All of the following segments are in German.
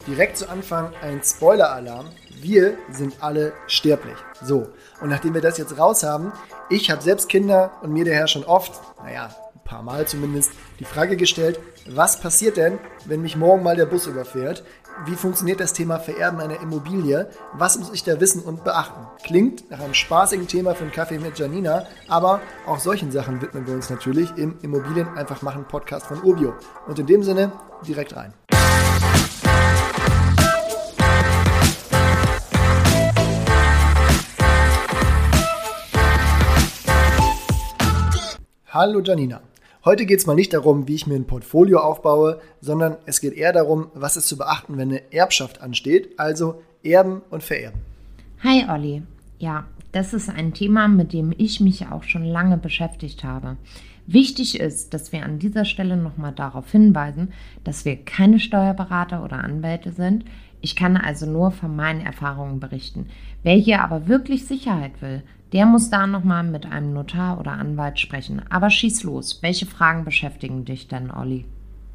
Direkt zu Anfang ein Spoiler-Alarm. Wir sind alle sterblich. So, und nachdem wir das jetzt raus haben, ich habe selbst Kinder und mir daher schon oft, ein paar Mal zumindest, die Frage gestellt, was passiert denn, wenn mich morgen mal der Bus überfährt? Wie funktioniert das Thema Vererben einer Immobilie? Was muss ich da wissen und beachten? Klingt nach einem spaßigen Thema für einen Kaffee mit Janina, aber auch solchen Sachen widmen wir uns natürlich im Immobilien einfach machen Podcast von Urbio. Und in dem Sinne, direkt rein. Hallo Janina. Heute geht es mal nicht darum, wie ich mir ein Portfolio aufbaue, sondern es geht eher darum, was ist zu beachten, wenn eine Erbschaft ansteht, also Erben und Vererben. Hi Olli. Ja, das ist ein Thema, mit dem ich mich auch schon lange beschäftigt habe. Wichtig ist, dass wir an dieser Stelle nochmal darauf hinweisen, dass wir keine Steuerberater oder Anwälte sind. Ich kann also nur von meinen Erfahrungen berichten. Wer hier aber wirklich Sicherheit will, der muss da nochmal mit einem Notar oder Anwalt sprechen. Aber schieß los. Welche Fragen beschäftigen dich denn, Olli?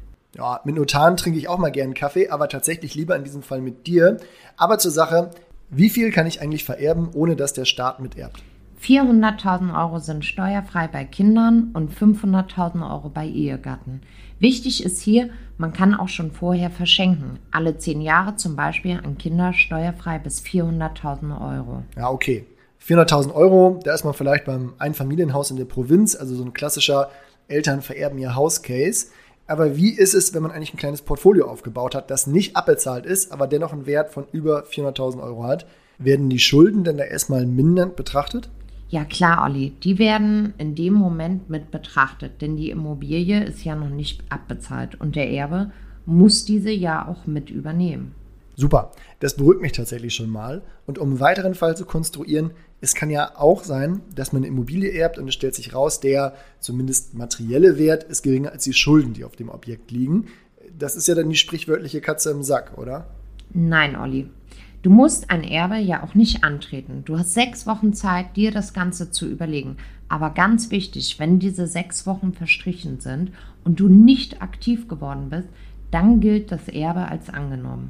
Ja, mit Notaren trinke ich auch mal gern Kaffee, aber tatsächlich lieber in diesem Fall mit dir. Aber zur Sache, wie viel kann ich eigentlich vererben, ohne dass der Staat miterbt? 400.000 Euro sind steuerfrei bei Kindern und 500.000 Euro bei Ehegatten. Wichtig ist hier, man kann auch schon vorher verschenken. Alle 10 Jahre zum Beispiel an Kinder steuerfrei bis 400.000 Euro. Ja, okay. 400.000 Euro, da ist man vielleicht beim Einfamilienhaus in der Provinz, also so ein klassischer Eltern vererben ihr Haus-Case. Aber wie ist es, wenn man eigentlich ein kleines Portfolio aufgebaut hat, das nicht abbezahlt ist, aber dennoch einen Wert von über 400.000 Euro hat? Werden die Schulden denn da erstmal mindernd betrachtet? Ja klar, Olli, die werden in dem Moment mit betrachtet, denn die Immobilie ist ja noch nicht abbezahlt und der Erbe muss diese ja auch mit übernehmen. Super, das beruhigt mich tatsächlich schon mal. Und um einen weiteren Fall zu konstruieren, es kann ja auch sein, dass man eine Immobilie erbt und es stellt sich raus, der zumindest materielle Wert ist geringer als die Schulden, die auf dem Objekt liegen. Das ist ja dann die sprichwörtliche Katze im Sack, oder? Nein, Olli. Du musst ein Erbe ja auch nicht antreten. Du hast 6 Wochen Zeit, dir das Ganze zu überlegen. Aber ganz wichtig, wenn diese 6 Wochen verstrichen sind und du nicht aktiv geworden bist, dann gilt das Erbe als angenommen.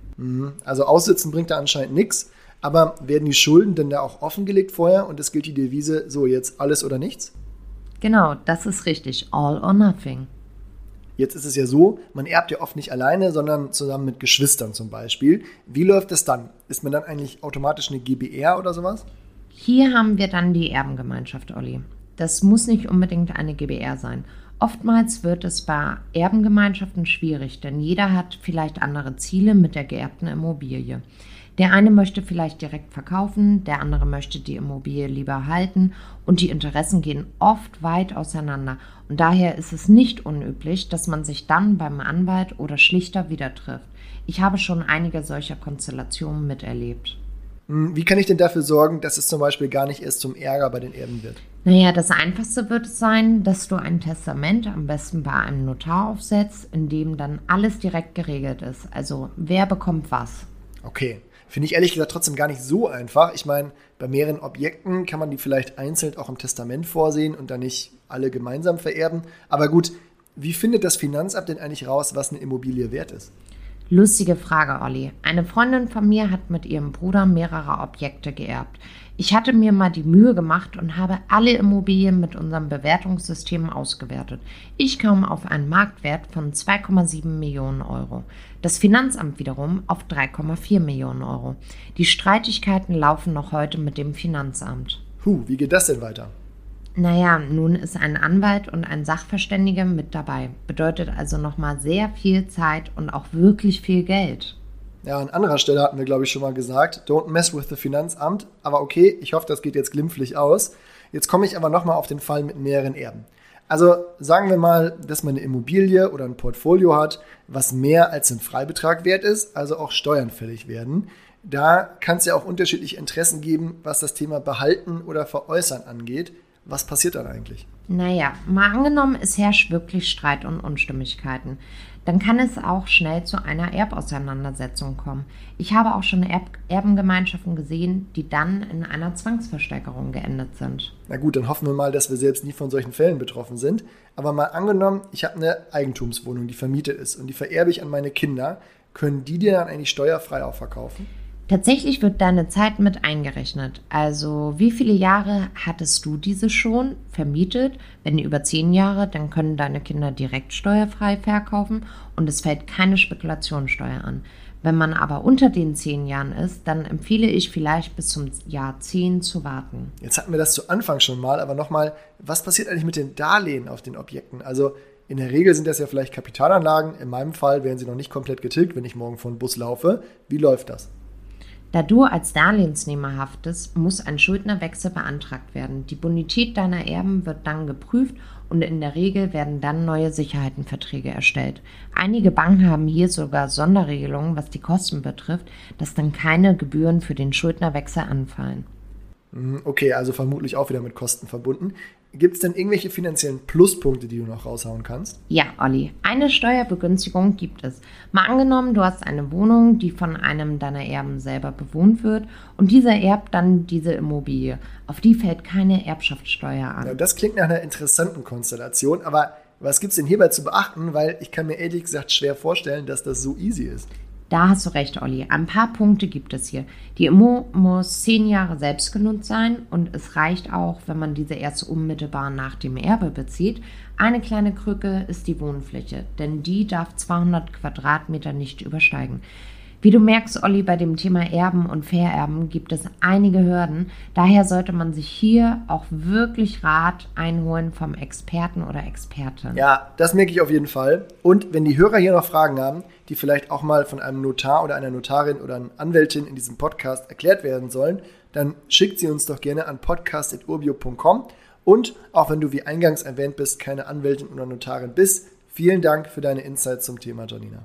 Also aussitzen bringt da anscheinend nichts. Aber werden die Schulden denn da auch offengelegt vorher und es gilt die Devise, so jetzt alles oder nichts? Genau, das ist richtig. All or nothing. Jetzt ist es ja so, man erbt ja oft nicht alleine, sondern zusammen mit Geschwistern zum Beispiel. Wie läuft es dann? Ist man dann eigentlich automatisch eine GbR oder sowas? Hier haben wir dann die Erbengemeinschaft, Olli. Das muss nicht unbedingt eine GbR sein. Oftmals wird es bei Erbengemeinschaften schwierig, denn jeder hat vielleicht andere Ziele mit der geerbten Immobilie. Der eine möchte vielleicht direkt verkaufen, der andere möchte die Immobilie lieber halten und die Interessen gehen oft weit auseinander. Und daher ist es nicht unüblich, dass man sich dann beim Anwalt oder Schlichter wieder trifft. Ich habe schon einige solcher Konstellationen miterlebt. Wie kann ich denn dafür sorgen, dass es zum Beispiel gar nicht erst zum Ärger bei den Erben wird? Naja, das Einfachste wird es sein, dass du ein Testament am besten bei einem Notar aufsetzt, in dem dann alles direkt geregelt ist. Also wer bekommt was. Okay. Finde ich ehrlich gesagt trotzdem gar nicht so einfach. Ich meine, bei mehreren Objekten kann man die vielleicht einzeln auch im Testament vorsehen und dann nicht alle gemeinsam vererben. Aber gut, wie findet das Finanzamt denn eigentlich raus, was eine Immobilie wert ist? Lustige Frage, Olli. Eine Freundin von mir hat mit ihrem Bruder mehrere Objekte geerbt. Ich hatte mir mal die Mühe gemacht und habe alle Immobilien mit unserem Bewertungssystem ausgewertet. Ich kam auf einen Marktwert von 2,7 Millionen Euro. Das Finanzamt wiederum auf 3,4 Millionen Euro. Die Streitigkeiten laufen noch heute mit dem Finanzamt. Wie geht das denn weiter? Naja, nun ist ein Anwalt und ein Sachverständiger mit dabei. Bedeutet also nochmal sehr viel Zeit und auch wirklich viel Geld. Ja, an anderer Stelle hatten wir, glaube ich, schon mal gesagt, don't mess with the Finanzamt. Aber okay, ich hoffe, das geht jetzt glimpflich aus. Jetzt komme ich aber nochmal auf den Fall mit mehreren Erben. Also sagen wir mal, dass man eine Immobilie oder ein Portfolio hat, was mehr als ein Freibetrag wert ist, also auch Steuern fällig werden. Da kann es ja auch unterschiedliche Interessen geben, was das Thema Behalten oder Veräußern angeht. Was passiert dann eigentlich? Naja, mal angenommen, es herrscht wirklich Streit und Unstimmigkeiten. Dann kann es auch schnell zu einer Erbauseinandersetzung kommen. Ich habe auch schon Erbengemeinschaften gesehen, die dann in einer Zwangsversteigerung geendet sind. Na gut, dann hoffen wir mal, dass wir selbst nie von solchen Fällen betroffen sind. Aber mal angenommen, ich habe eine Eigentumswohnung, die vermietet ist und die vererbe ich an meine Kinder. können die dir dann eigentlich steuerfrei auch verkaufen? Tatsächlich wird deine Zeit mit eingerechnet. Also wie viele Jahre hattest du diese schon vermietet? Wenn über 10 Jahre, dann können deine Kinder direkt steuerfrei verkaufen und es fällt keine Spekulationssteuer an. Wenn man aber unter den 10 Jahren ist, dann empfehle ich vielleicht bis zum Jahr 10 zu warten. Jetzt hatten wir das zu Anfang schon mal, aber nochmal, was passiert eigentlich mit den Darlehen auf den Objekten? Also in der Regel sind das ja vielleicht Kapitalanlagen. In meinem Fall werden sie noch nicht komplett getilgt, wenn ich morgen vor den Bus laufe. Wie läuft das? Da du als Darlehensnehmer haftest, muss ein Schuldnerwechsel beantragt werden. Die Bonität deiner Erben wird dann geprüft und in der Regel werden dann neue Sicherheitenverträge erstellt. Einige Banken haben hier sogar Sonderregelungen, was die Kosten betrifft, dass dann keine Gebühren für den Schuldnerwechsel anfallen. Okay, also vermutlich auch wieder mit Kosten verbunden. Gibt es denn irgendwelche finanziellen Pluspunkte, die du noch raushauen kannst? Ja, Olli, eine Steuerbegünstigung gibt es. Mal angenommen, du hast eine Wohnung, die von einem deiner Erben selber bewohnt wird und dieser erbt dann diese Immobilie. Auf die fällt keine Erbschaftssteuer an. Ja, das klingt nach einer interessanten Konstellation, aber was gibt es denn hierbei zu beachten? Weil ich kann mir ehrlich gesagt schwer vorstellen, dass das so easy ist. Da hast du recht, Olli. Ein paar Punkte gibt es hier. Die Immo muss 10 Jahre selbst genutzt sein und es reicht auch, wenn man diese erst unmittelbar nach dem Erbe bezieht. Eine kleine Krücke ist die Wohnfläche, denn die darf 200 Quadratmeter nicht übersteigen. Wie du merkst, Olli, bei dem Thema Erben und Vererben gibt es einige Hürden. Daher sollte man sich hier auch wirklich Rat einholen vom Experten oder Expertin. Ja, das merke ich auf jeden Fall. Und wenn die Hörer hier noch Fragen haben, die vielleicht auch mal von einem Notar oder einer Notarin oder einer Anwältin in diesem Podcast erklärt werden sollen, dann schickt sie uns doch gerne an podcast@urbio.com. Und auch wenn du, wie eingangs erwähnt bist, keine Anwältin oder Notarin bist, vielen Dank für deine Insights zum Thema, Janina.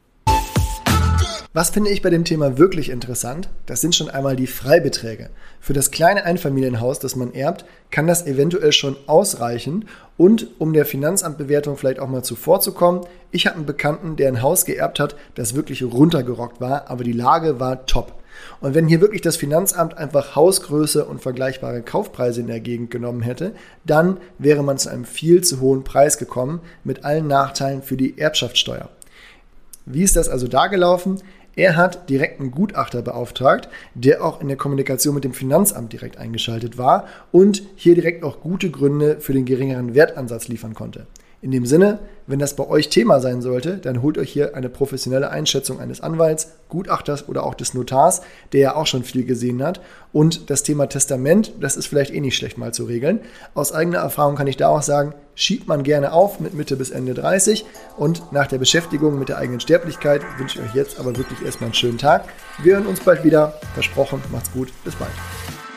Was finde ich bei dem Thema wirklich interessant? Das sind schon einmal die Freibeträge. Für das kleine Einfamilienhaus, das man erbt, kann das eventuell schon ausreichen. Und um der Finanzamtbewertung vielleicht auch mal zuvorzukommen, ich habe einen Bekannten, der ein Haus geerbt hat, das wirklich runtergerockt war, aber die Lage war top. Und wenn hier wirklich das Finanzamt einfach Hausgröße und vergleichbare Kaufpreise in der Gegend genommen hätte, dann wäre man zu einem viel zu hohen Preis gekommen, mit allen Nachteilen für die Erbschaftssteuer. Wie ist das also da gelaufen? Er hat direkt einen Gutachter beauftragt, der auch in der Kommunikation mit dem Finanzamt direkt eingeschaltet war und hier direkt auch gute Gründe für den geringeren Wertansatz liefern konnte. In dem Sinne, wenn das bei euch Thema sein sollte, dann holt euch hier eine professionelle Einschätzung eines Anwalts, Gutachters oder auch des Notars, der ja auch schon viel gesehen hat. Und das Thema Testament, das ist vielleicht eh nicht schlecht mal zu regeln. Aus eigener Erfahrung kann ich da auch sagen, schiebt man gerne auf mit Mitte bis Ende 30 und nach der Beschäftigung mit der eigenen Sterblichkeit wünsche ich euch jetzt aber wirklich erstmal einen schönen Tag. Wir hören uns bald wieder. Versprochen, macht's gut, bis bald.